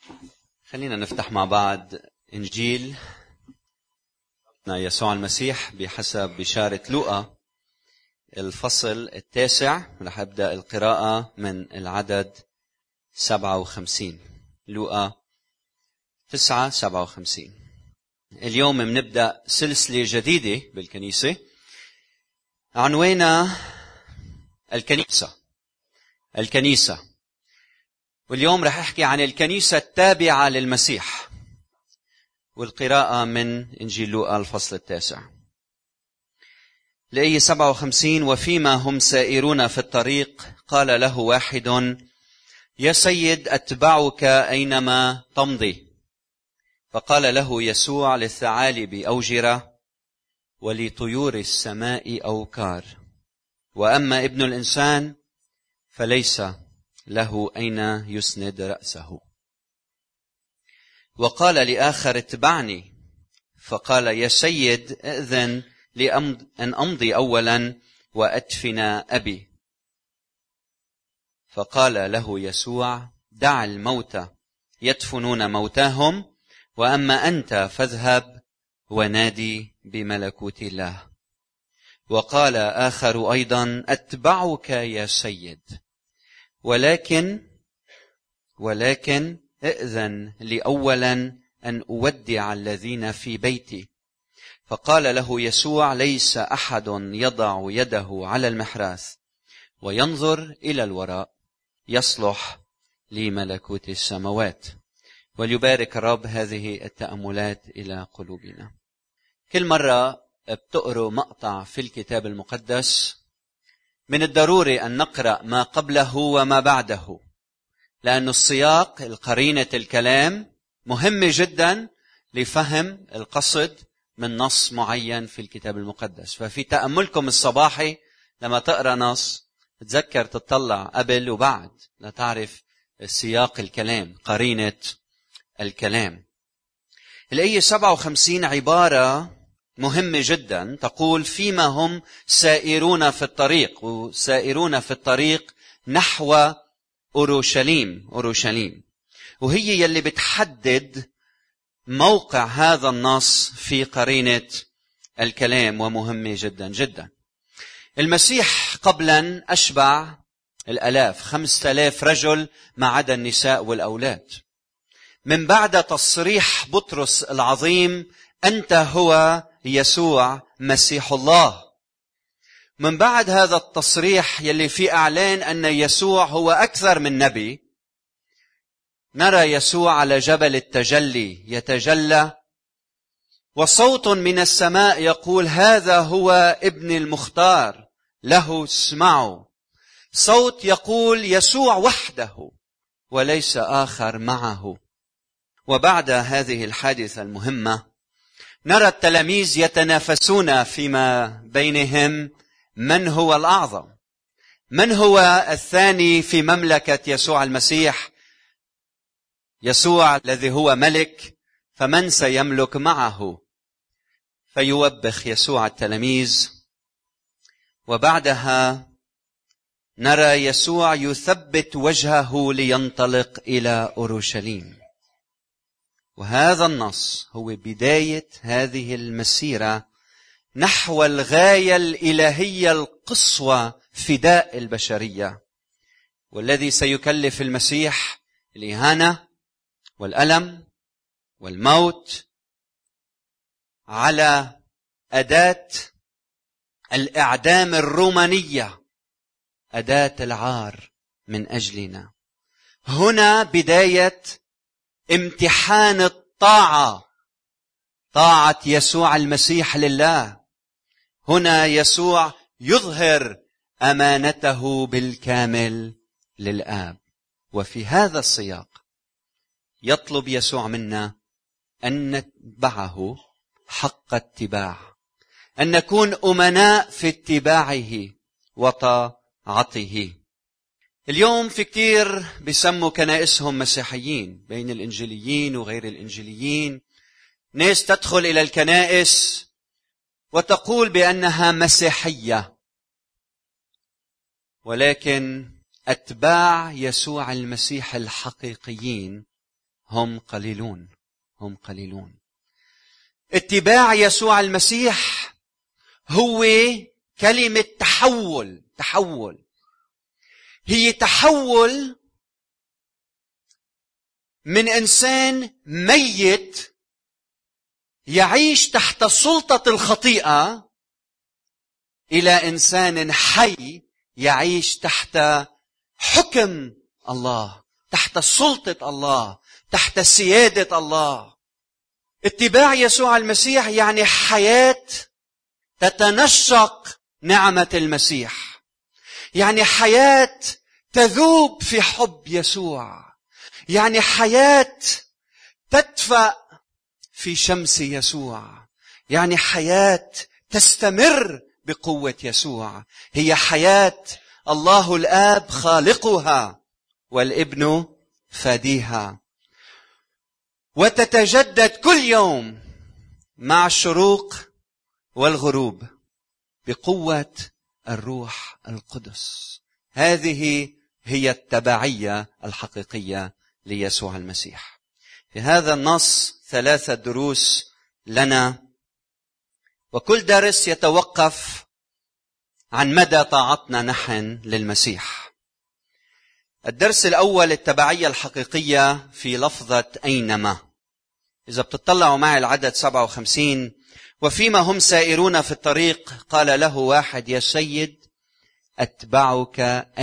خلينا نفتح مع بعض إنجيل يسوع المسيح بحسب بشارة لوقا الفصل 9. رح أبدأ القراءة من العدد 57. لوقا 9:57. اليوم بنبدأ سلسلة جديدة بالكنيسة عنوانها الكنيسة. واليوم رح أحكي عن الكنيسة التابعة للمسيح، والقراءة من إنجيل لوقا الفصل 9 الآية 57. وفيما هم سائرون في الطريق قال له واحد: يا سيد، أتبعك أينما تمضي. فقال له يسوع: للثعالب أوجرة ولطيور السماء أوكار، وأما ابن الإنسان فليس له أين يسند رأسه. وقال لآخر: اتبعني. فقال: يا سيد، إذن لي أن أمضي أولا وأدفن أبي. فقال له يسوع: دع الموتى يدفنون موتاهم، وأما أنت فاذهب ونادي بملكوت الله. وقال آخر أيضا: أتبعك يا سيد، ولكن إذن لي أولا أن أودع الذين في بيتي. فقال له يسوع: ليس أحد يضع يده على المحراث وينظر إلى الوراء يصلح لملكوت السماوات. وليبارك الرب هذه التأملات إلى قلوبنا. كل مرة بتقروا مقطع في الكتاب المقدس من الضروري أن نقرأ ما قبله وما بعده، لأن السياق القرينة الكلام مهم جدا لفهم القصد من نص معين في الكتاب المقدس. ففي تأملكم الصباحي لما تقرأ نص تذكر تطلع قبل وبعد لتعرف سياق الكلام، قرينة الكلام. الآية 57 عبارة مهمة جدا تقول: فيما هم سائرون في الطريق، وسائرون في الطريق نحو أورشليم. وهي يلي بتحدد موقع هذا النص في قرينة الكلام، ومهمة جدا جدا. المسيح قبلا أشبع الآلاف، 5000 رجل ما عدا النساء والأولاد. من بعد تصريح بطرس العظيم: أنت هو يسوع مسيح الله. من بعد هذا التصريح يلي فيه أعلان أن يسوع هو أكثر من نبي، نرى يسوع على جبل التجلي يتجلى، وصوت من السماء يقول: هذا هو ابن المختار، له اسمعوا. صوت يقول يسوع وحده وليس آخر معه. وبعد هذه الحادثة المهمة نرى التلاميذ يتنافسون فيما بينهم من هو الأعظم، من هو الثاني في مملكة يسوع المسيح. يسوع الذي هو ملك، فمن سيملك معه؟ فيوبخ يسوع التلاميذ. وبعدها نرى يسوع يثبت وجهه لينطلق إلى أورشليم. وهذا النص هو بداية هذه المسيرة نحو الغاية الإلهية القصوى، فداء البشرية، والذي سيكلف المسيح الإهانة والألم والموت على أداة الإعدام الرومانية، أداة العار من أجلنا. هنا بداية امتحان الطاعة، طاعة يسوع المسيح لله. هنا يسوع يظهر أمانته بالكامل للآب. وفي هذا السياق يطلب يسوع منا أن نتبعه حق اتباع، أن نكون أمناء في اتباعه وطاعته. اليوم في كتير بيسموا كنائسهم مسيحيين، بين الإنجيليين وغير الإنجيليين. ناس تدخل إلى الكنائس وتقول بأنها مسيحية، ولكن أتباع يسوع المسيح الحقيقيين هم قليلون. هم قليلون. اتباع يسوع المسيح هو كلمة تحول. تحول هي تحول من إنسان ميت يعيش تحت سلطة الخطيئة إلى إنسان حي يعيش تحت حكم الله، تحت سلطة الله، تحت سيادة الله. اتباع يسوع المسيح يعني حياة تتنشق نعمة المسيح، يعني حياة تذوب في حب يسوع، يعني حياة تدفأ في شمس يسوع، يعني حياة تستمر بقوة يسوع. هي حياة الله الآب خالقها والابن فاديها، وتتجدد كل يوم مع الشروق والغروب بقوة الروح القدس. هذه هي التبعية الحقيقية ليسوع المسيح. في هذا النص 3 دروس لنا، وكل درس يتوقف عن مدى طاعتنا نحن للمسيح. الدرس الأول التبعية الحقيقية في لفظة أينما. إذا بتطلعوا معي العدد 57: وفيما هم سائرون في الطريق قال له واحد: يا سيد أتبعك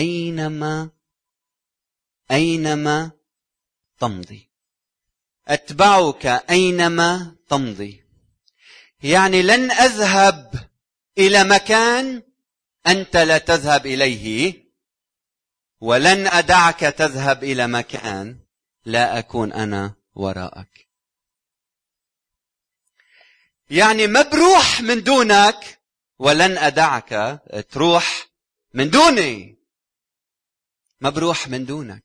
أينما تمضي. أتبعك أينما تمضي، يعني لن أذهب إلى مكان أنت لا تذهب إليه، ولن أدعك تذهب إلى مكان لا أكون أنا وراءك. يعني ما بروح من دونك، ولن أدعك تروح من دوني. ما بروح من دونك.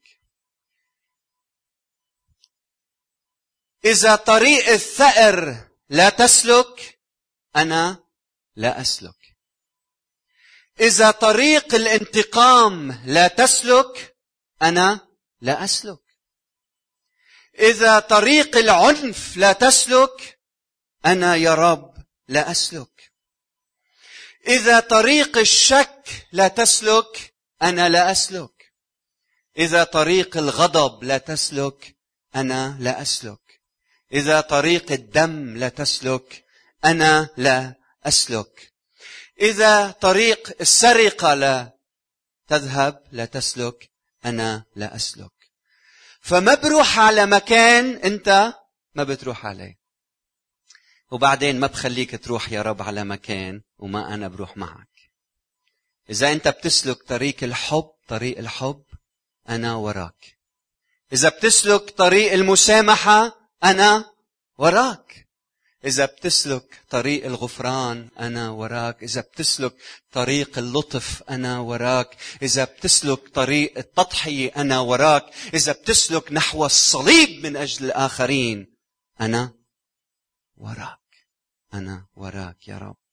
إذا طريق الثأر لا تسلك، أنا لا أسلك. إذا طريق الانتقام لا تسلك، أنا لا أسلك. إذا طريق العنف لا تسلك، أنا يا رب لا أسلك. إذا طريق الشك لا تسلك، أنا لا أسلك. إذا طريق الغضب لا تسلك، أنا لا أسلك. إذا طريق الدم لا تسلك، أنا لا أسلك. إذا طريق السرقة لا تذهب لا تسلك، أنا لا أسلك. فما بروح على مكان أنت ما بتروح عليه، وبعدين ما بخليك تروح يا رب على مكان وما أنا بروح معك. إذا أنت بتسلك طريق الحب أنا وراك. إذا بتسلك طريق المسامحة أنا وراك. إذا بتسلك طريق الغفران أنا وراك. إذا بتسلك طريق اللطف أنا وراك. إذا بتسلك طريق التضحية أنا وراك. إذا بتسلك نحو الصليب من أجل الآخرين أنا وراك. أنا وراك يا رب.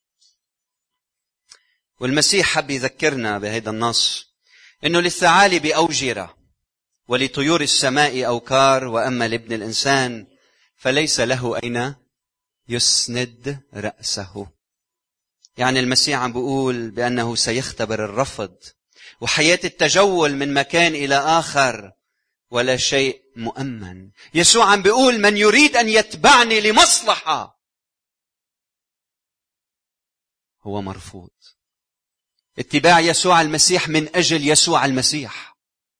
والمسيح حب يذكرنا بهذا النص إنه للثعالب أوجرة ولطيور السماء أوكار، وأما لابن الإنسان فليس له أين يسند رأسه. يعني المسيح عم بيقول بأنه سيختبر الرفض وحياة التجول من مكان إلى آخر، ولا شيء مؤمن. يسوع عم بيقول من يريد أن يتبعني لمصلحة هو مرفوض. اتباع يسوع المسيح من أجل يسوع المسيح.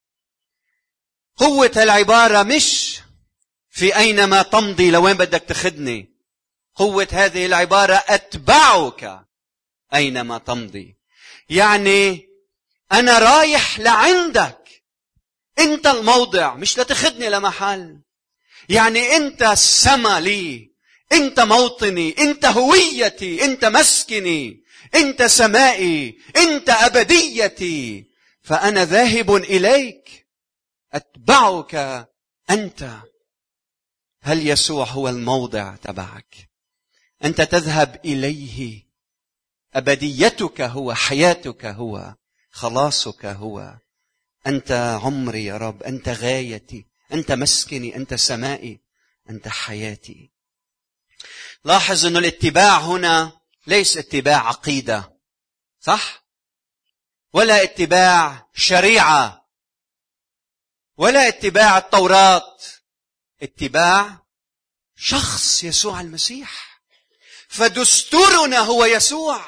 قوة العبارة مش في أينما تمضي لوين بدك تخدني. قوة هذه العبارة أتبعك أينما تمضي، يعني أنا رايح لعندك. أنت الموضع، مش لتخدني لمحل. يعني أنت السما لي، أنت موطني، أنت هويتي، أنت مسكني، أنت سمائي، أنت أبديتي، فأنا ذاهب إليك. أتبعك أنت. هل يسوع هو الموضع تبعك؟ أنت تذهب إليه. أبديتك هو، حياتك هو، خلاصك هو. أنت عمري يا رب، أنت غايتي، أنت مسكني، أنت سمائي، أنت حياتي. لاحظ أن الاتباع هنا ليس اتباع عقيدة، صح؟ ولا اتباع شريعة، ولا اتباع التوراة، اتباع شخص يسوع المسيح. فدستورنا هو يسوع،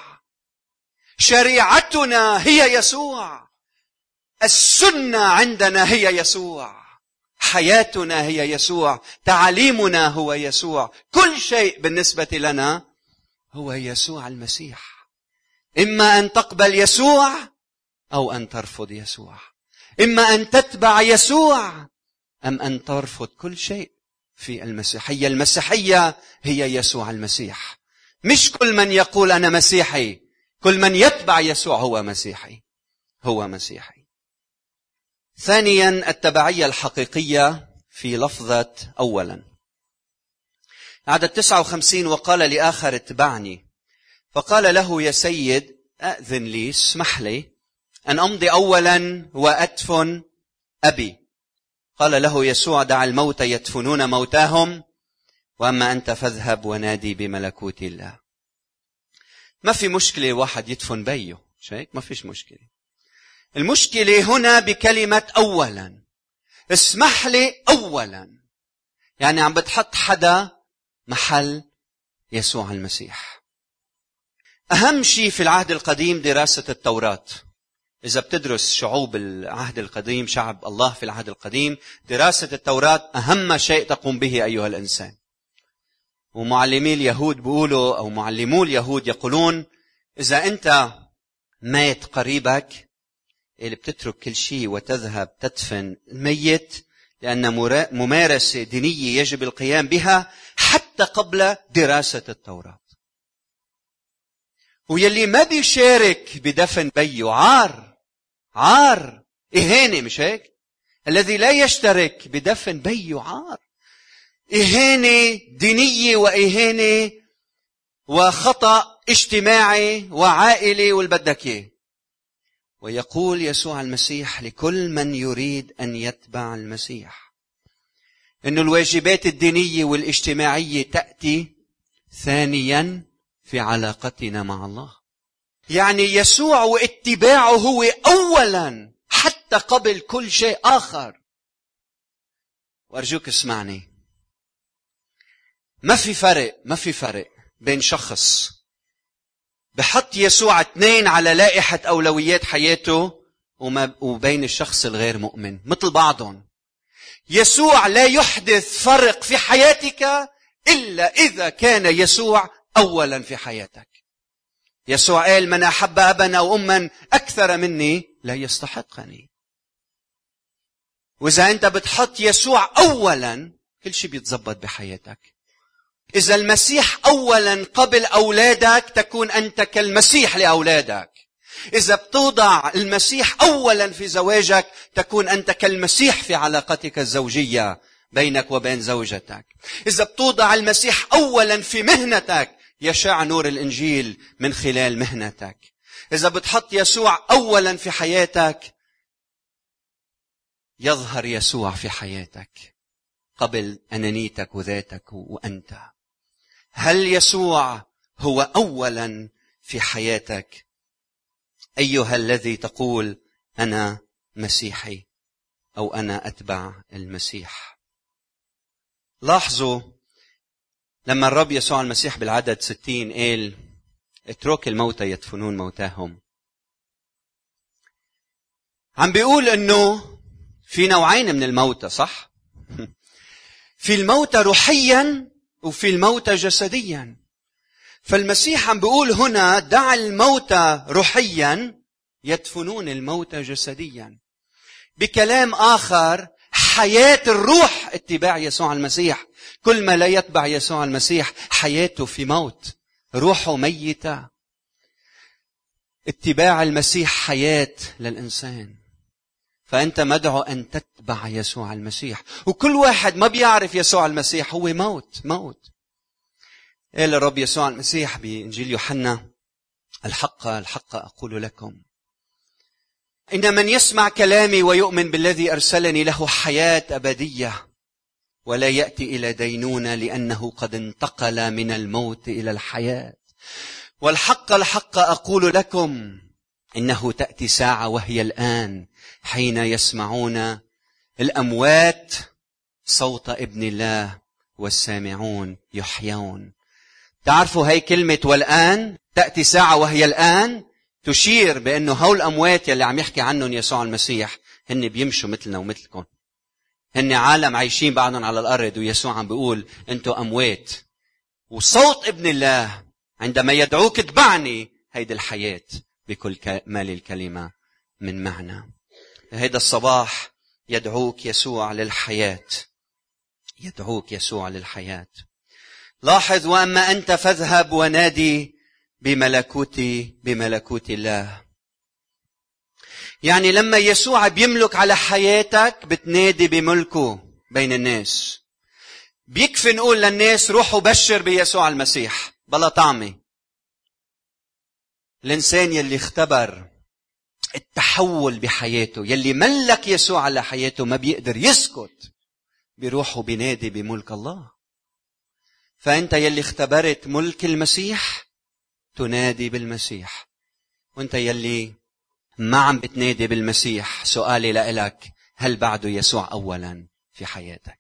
شريعتنا هي يسوع، السنة عندنا هي يسوع، حياتنا هي يسوع، تعليمنا هو يسوع، كل شيء بالنسبة لنا هو يسوع المسيح. إما أن تقبل يسوع أو أن ترفض يسوع، إما أن تتبع يسوع أم أن ترفض كل شيء في المسيحية. المسيحية هي يسوع المسيح. مش كل من يقول أنا مسيحي، كل من يتبع يسوع هو مسيحي، هو مسيحي. ثانيا، التبعية الحقيقية في لفظة أولا. عدد 59: وقال لآخر اتبعني، فقال له يا سيد أأذن لي، اسمح لي أن أمضي أولا وأدفن أبي. قال له يسوع دع الموتى يدفنون موتاهم، وأما أنت فاذهب ونادي بملكوت الله. ما في مشكلة واحد يدفن بيه، شايف؟ ما فيش مشكلة. المشكلة هنا بكلمة أولا. اسمح لي أولا، يعني عم بتحط حدا محل يسوع المسيح. أهم شيء في العهد القديم دراسة التوراة. إذا بتدرس شعوب العهد القديم، شعب الله في العهد القديم، دراسة التوراة أهم شيء تقوم به أيها الإنسان. ومعلمي اليهود بيقولوا، أو معلمو اليهود يقولون، إذا أنت مات قريبك اللي بتترك كل شيء وتذهب تدفن الميت، لأن ممارسة دينية يجب القيام بها حتى قبل دراسة التوراة. ويلي ما بيشارك بدفن بيه عار إهانة، مش هيك؟ الذي لا يشترك بدفن بيه عار، إهانة دينية وإهانة وخطأ اجتماعي وعائلي والبدك إياه. ويقول يسوع المسيح لكل من يريد أن يتبع المسيح إن الواجبات الدينية والاجتماعية تأتي ثانيا في علاقتنا مع الله. يعني يسوع واتباعه هو أولا حتى قبل كل شيء آخر. وأرجوك اسمعني، ما في فرق بين شخص بحط يسوع 2 على لائحة أولويات حياته وبين الشخص الغير مؤمن، مثل بعضهم. يسوع لا يحدث فرق في حياتك إلا إذا كان يسوع أولا في حياتك. يسوع قال من أحب أبا أو أما أكثر مني لا يستحقني. وإذا أنت بتحط يسوع أولا كل شيء بيتزبط بحياتك. إذا المسيح أولا قبل أولادك تكون أنت كالمسيح لأولادك. إذا بتوضع المسيح أولا في زواجك تكون أنت كالمسيح في علاقتك الزوجية بينك وبين زوجتك. إذا بتوضع المسيح أولا في مهنتك يشع نور الإنجيل من خلال مهنتك. إذا بتحط يسوع أولا في حياتك يظهر يسوع في حياتك قبل أنانيتك وذاتك وأنت. هل يسوع هو أولا في حياتك أيها الذي تقول أنا مسيحي أو أنا أتبع المسيح؟ لاحظوا لما الرب يسوع المسيح بالعدد 60 قال اترك الموتى يدفنون موتاهم، عم بيقول انه في نوعين من الموتى، صح؟ في الموتى روحيا وفي الموتى جسديا. فالمسيح عم بيقول هنا دع الموتى روحيا يدفنون الموتى جسديا. بكلام آخر حياة الروح اتباع يسوع المسيح. كل ما لا يتبع يسوع المسيح حياته في موت، روحه ميتة. اتباع المسيح حياة للإنسان. فأنت مدعو أن تتبع يسوع المسيح. وكل واحد ما بيعرف يسوع المسيح هو موت. قال الرب يسوع المسيح بإنجيل يوحنا الحق أقول لكم إن من يسمع كلامي ويؤمن بالذي أرسلني له حياة أبدية ولا يأتي إلى دينونة لأنه قد انتقل من الموت إلى الحياة. والحق الحق أقول لكم إنه تأتي ساعة وهي الآن حين يسمعون الأموات صوت ابن الله والسامعون يحيون. تعرفوا هاي كلمة والآن، تأتي ساعة وهي الآن، تشير بأنه هول الأموات يلي عم يحكي عنهم يسوع المسيح هن بيمشوا مثلنا ومثلكم، هن عالم عايشين بعضهم على الأرض، ويسوع عم بيقول أنتوا أموات. وصوت ابن الله عندما يدعوك اتبعني، هيدي الحياة بكل مال الكلمة من معنى. هيدا الصباح يدعوك يسوع للحياة، يدعوك يسوع للحياة. لاحظ: وأما أنت فاذهب ونادي بملكوت الله. يعني لما يسوع بيملك على حياتك بتنادي بملكه بين الناس. بيكفي نقول للناس روحوا بشر بيسوع المسيح بلا طعمة. الإنسان يلي اختبر التحول بحياته، يلي ملك يسوع على حياته، ما بيقدر يسكت، بيروحوا بينادي بملك الله. فأنت يلي اختبرت ملك المسيح تنادي بالمسيح. وانت يلي ما عم بتنادي بالمسيح، سؤالي لإلك: هل بعده يسوع أولا في حياتك؟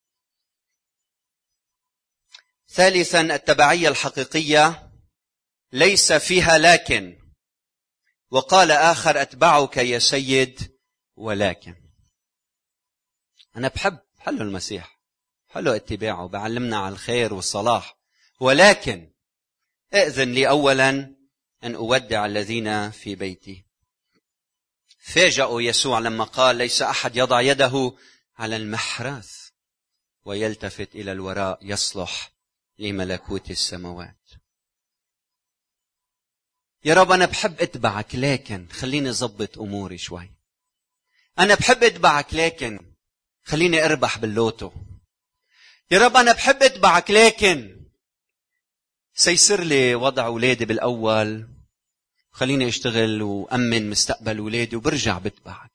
ثالثا، التبعية الحقيقية ليس فيها لكن. وقال آخر: أتبعك يا سيد ولكن. أنا بحب حلو المسيح، حلو اتباعه، بعلمنا على الخير والصلاح، ولكن ائذن لي أولا أن أودع الذين في بيتي. فاجأوا يسوع لما قال: ليس أحد يضع يده على المحراث ويلتفت إلى الوراء يصلح لملكوت السماوات. يا رب أنا بحب أتبعك، لكن خليني أضبط أموري شوي. أنا بحب أتبعك، لكن خليني أربح باللوتو. يا رب أنا بحب أتبعك، لكن سيسر لي وضع أولادي بالأول، خليني أشتغل وأمن مستقبل أولادي وبرجع بتبعك.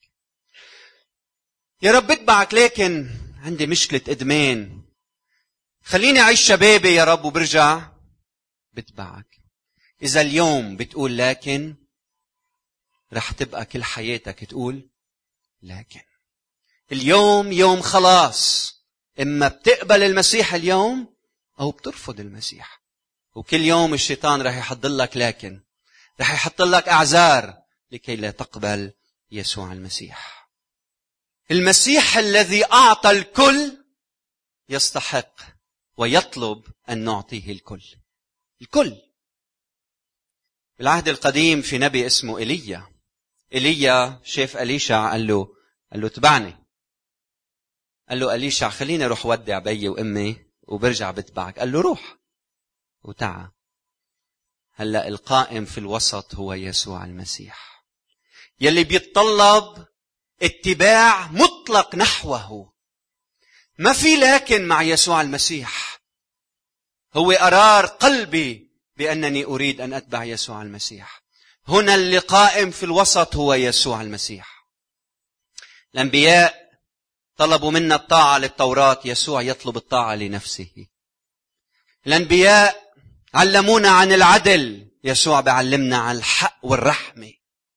يا رب بتبعك، لكن عندي مشكلة إدمان، خليني أعيش شبابي يا رب وبرجع بتبعك. إذا اليوم بتقول لكن، رح تبقى كل حياتك تقول لكن. اليوم يوم خلاص، إما بتقبل المسيح اليوم أو بترفض المسيح. وكل يوم الشيطان رح يحط لك لكن، رح يحط لك أعذار لكي لا تقبل يسوع المسيح. المسيح الذي أعطى الكل يستحق ويطلب أن نعطيه الكل. الكل. بالعهد القديم في نبي اسمه إيليا شاف أليشع، قال له تبعني. قال له أليشع: خليني أروح ودع بيي وأمي وبرجع بتبعك. قال له: روح وتعا. هلأ القائم في الوسط هو يسوع المسيح، يلي بيتطلب اتباع مطلق نحوه. ما في لكن مع يسوع المسيح. هو قرار قلبي بأنني أريد أن أتبع يسوع المسيح. هنا اللي قائم في الوسط هو يسوع المسيح. الأنبياء طلبوا منا الطاعة للتوراة، يسوع يطلب الطاعة لنفسه. الأنبياء علمونا عن العدل، يسوع بيعلمنا عن الحق والرحمة.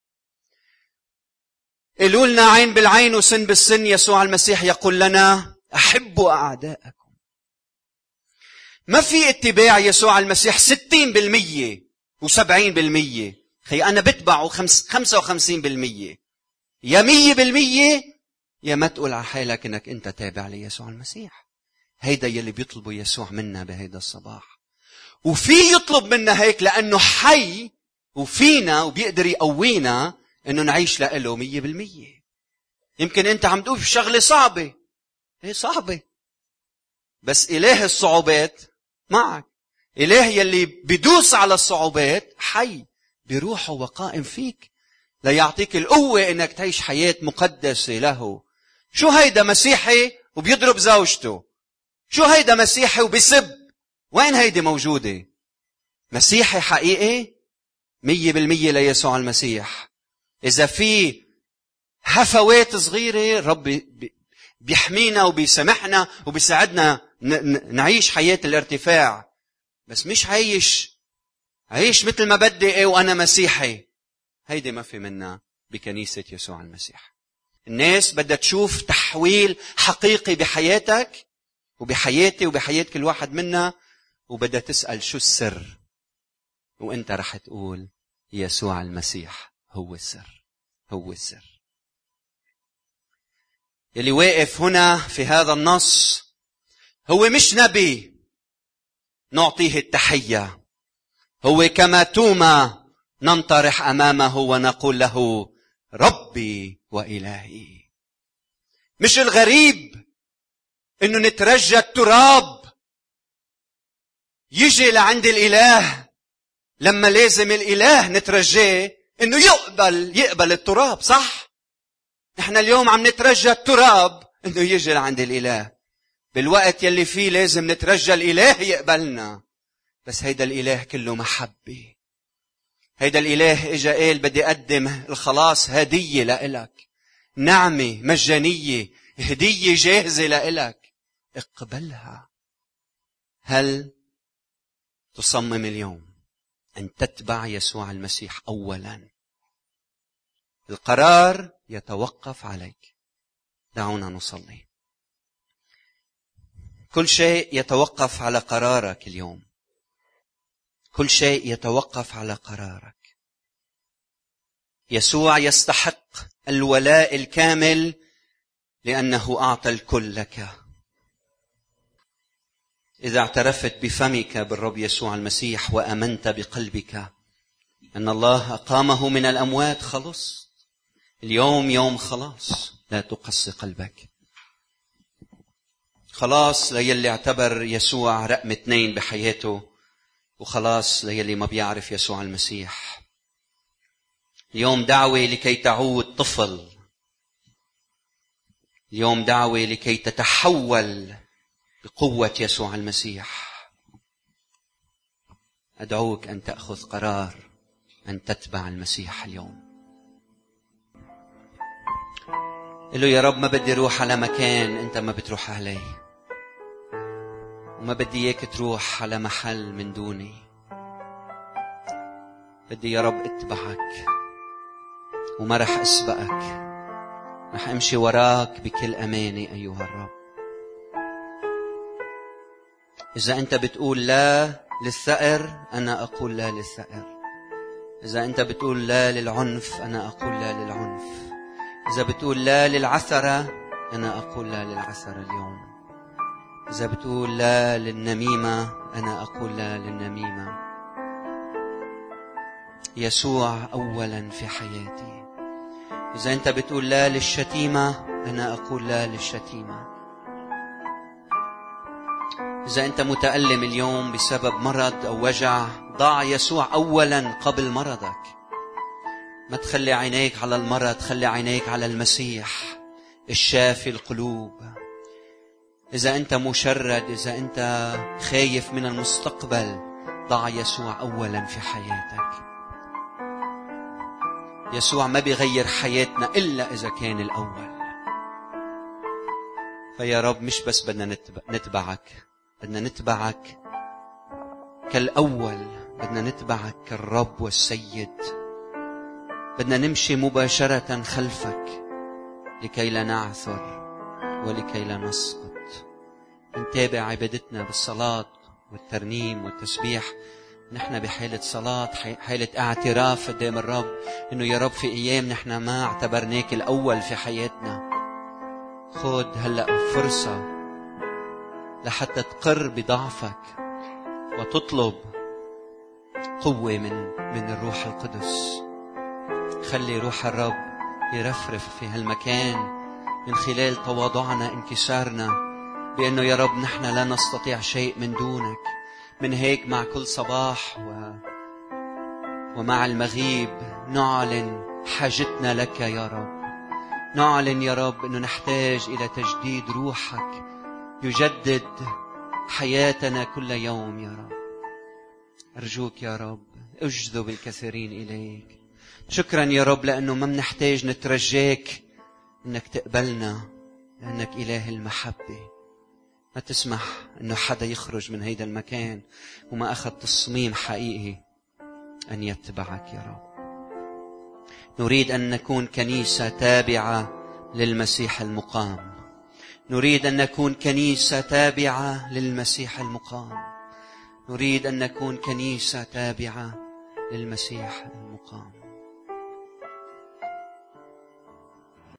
قالوا لنا عين بالعين وسن بالسن، يسوع المسيح يقول لنا: أحبوا أعداءكم. ما في اتباع يسوع المسيح 60% و70%. خي أنا بتبعه 55%. يا 100%، يا ما تقول على حالك إنك أنت تابع ليسوع المسيح. هيدا يلي بيطلبه يسوع منا بهيدا الصباح. وفي يطلب منا هيك لأنه حي وفينا وبيقدر يقوينا إنه نعيش لإله 100%. يمكن أنت عم تقول في شغلة صعبة، هي صعبة، بس إله الصعوبات معك. إله يلي بدوس على الصعوبات حي بروحه وقائم فيك ليعطيك القوة إنك تعيش حياة مقدسة له. شو هيدا مسيحي وبيضرب زوجته؟ شو هيدا مسيحي وبيسب؟ وين هيدي موجودة؟ مسيحي حقيقي 100% ليسوع المسيح. إذا في هفوات صغيرة الرب بيحمينا وبيسامحنا وبيساعدنا نعيش حياة الارتفاع. بس مش عايش مثل ما بدي وأنا مسيحي. هيدي ما في منا بكنيسة يسوع المسيح. الناس بدها تشوف تحويل حقيقي بحياتك وبحياتي وبحياة كل واحد منا، وبدها تسأل شو السر، وانت رح تقول يسوع المسيح هو السر. هو السر. يلي واقف هنا في هذا النص هو مش نبي نعطيه التحية، هو كما توما ننطرح أمامه ونقول له ربي وإلهي. مش الغريب إنه نترجى التراب يجي لعند الإله لما لازم الإله نترجاه إنه يقبل التراب. صح؟ نحن اليوم عم نترجى التراب إنه يجي لعند الإله بالوقت يلي فيه لازم نترجى الإله يقبلنا. بس هيدا الإله كله محبة. هيدا الإله إجا قال بدي أقدم الخلاص هدية لإلك، نعمة مجانية، هدية جاهزة لإلك، اقبلها. هل تصمم اليوم أن تتبع يسوع المسيح أولا؟ القرار يتوقف عليك. دعونا نصلي. كل شيء يتوقف على قرارك اليوم. كل شيء يتوقف على قرارك. يسوع يستحق الولاء الكامل لأنه أعطى الكل لك. إذا اعترفت بفمك بالرب يسوع المسيح وأمنت بقلبك أن الله أقامه من الأموات، خلص. اليوم يوم خلاص. لا تقسي قلبك. خلاص ليلي اعتبر يسوع رقم 2 بحياته، وخلاص ليلي ما بيعرف يسوع المسيح. اليوم دعوة لكي تعود طفل. اليوم دعوة لكي تتحول بقوة يسوع المسيح. أدعوك أن تأخذ قرار أن تتبع المسيح اليوم. قل له يا رب ما بدي روح على مكان أنت ما بتروح عليه، وما بدي إياك تروح على محل من دوني. بدي يا رب اتبعك وما رح أسبقك، رح أمشي وراك بكل أمانة أيها الرب. إذا أنت بتقول لا للثأر أنا أقول لا للثأر. إذا أنت بتقول لا للعنف أنا أقول لا للعنف. إذا بتقول لا للعثرة أنا أقول لا للعثرة اليوم. إذا بتقول لا للنميمة أنا أقول لا للنميمة. يسوع أولا في حياتي. إذا أنت بتقول لا للشتيمة أنا أقول لا للشتيمة. إذا أنت متألم اليوم بسبب مرض أو وجع، ضع يسوع أولا قبل مرضك. ما تخلي عينيك على المرض، خلي عينيك على المسيح الشافي القلوب. إذا أنت مشرد، إذا أنت خايف من المستقبل، ضع يسوع أولا في حياتك. يسوع ما بيغير حياتنا إلا إذا كان الأول. فيا رب مش بس بدنا نتبعك، بدنا نتبعك كالأول، بدنا نتبعك كالرب والسيد. بدنا نمشي مباشرة خلفك لكي لا نعثر ولكي لا نسقط. نتابع عبادتنا بالصلاة والترنيم والتسبيح. نحن بحالة صلاة، حالة اعتراف قدام الرب إنه يا رب في أيام نحن ما اعتبرناك الأول في حياتنا. خد هلأ فرصة لحتى تقر بضعفك وتطلب قوة من الروح القدس. خلي روح الرب يرفرف في هالمكان من خلال تواضعنا، انكسارنا، بأنه يا رب نحن لا نستطيع شيء من دونك. من هيك مع كل صباح ومع المغيب نعلن حاجتنا لك يا رب. نعلن يا رب أنه نحتاج إلى تجديد روحك يجدد حياتنا كل يوم يا رب. أرجوك يا رب اجذب الكثيرين إليك. شكرا يا رب لأنه ما منحتاج نترجاك أنك تقبلنا لأنك إله المحبة. ما تسمح أنه حدا يخرج من هيدا المكان وما أخذ تصميم حقيقي أن يتبعك يا رب. نريد أن نكون كنيسة تابعة للمسيح المقام. نريد أن نكون كنيسة تابعة للمسيح المقام. نريد أن نكون كنيسة تابعة للمسيح المقام.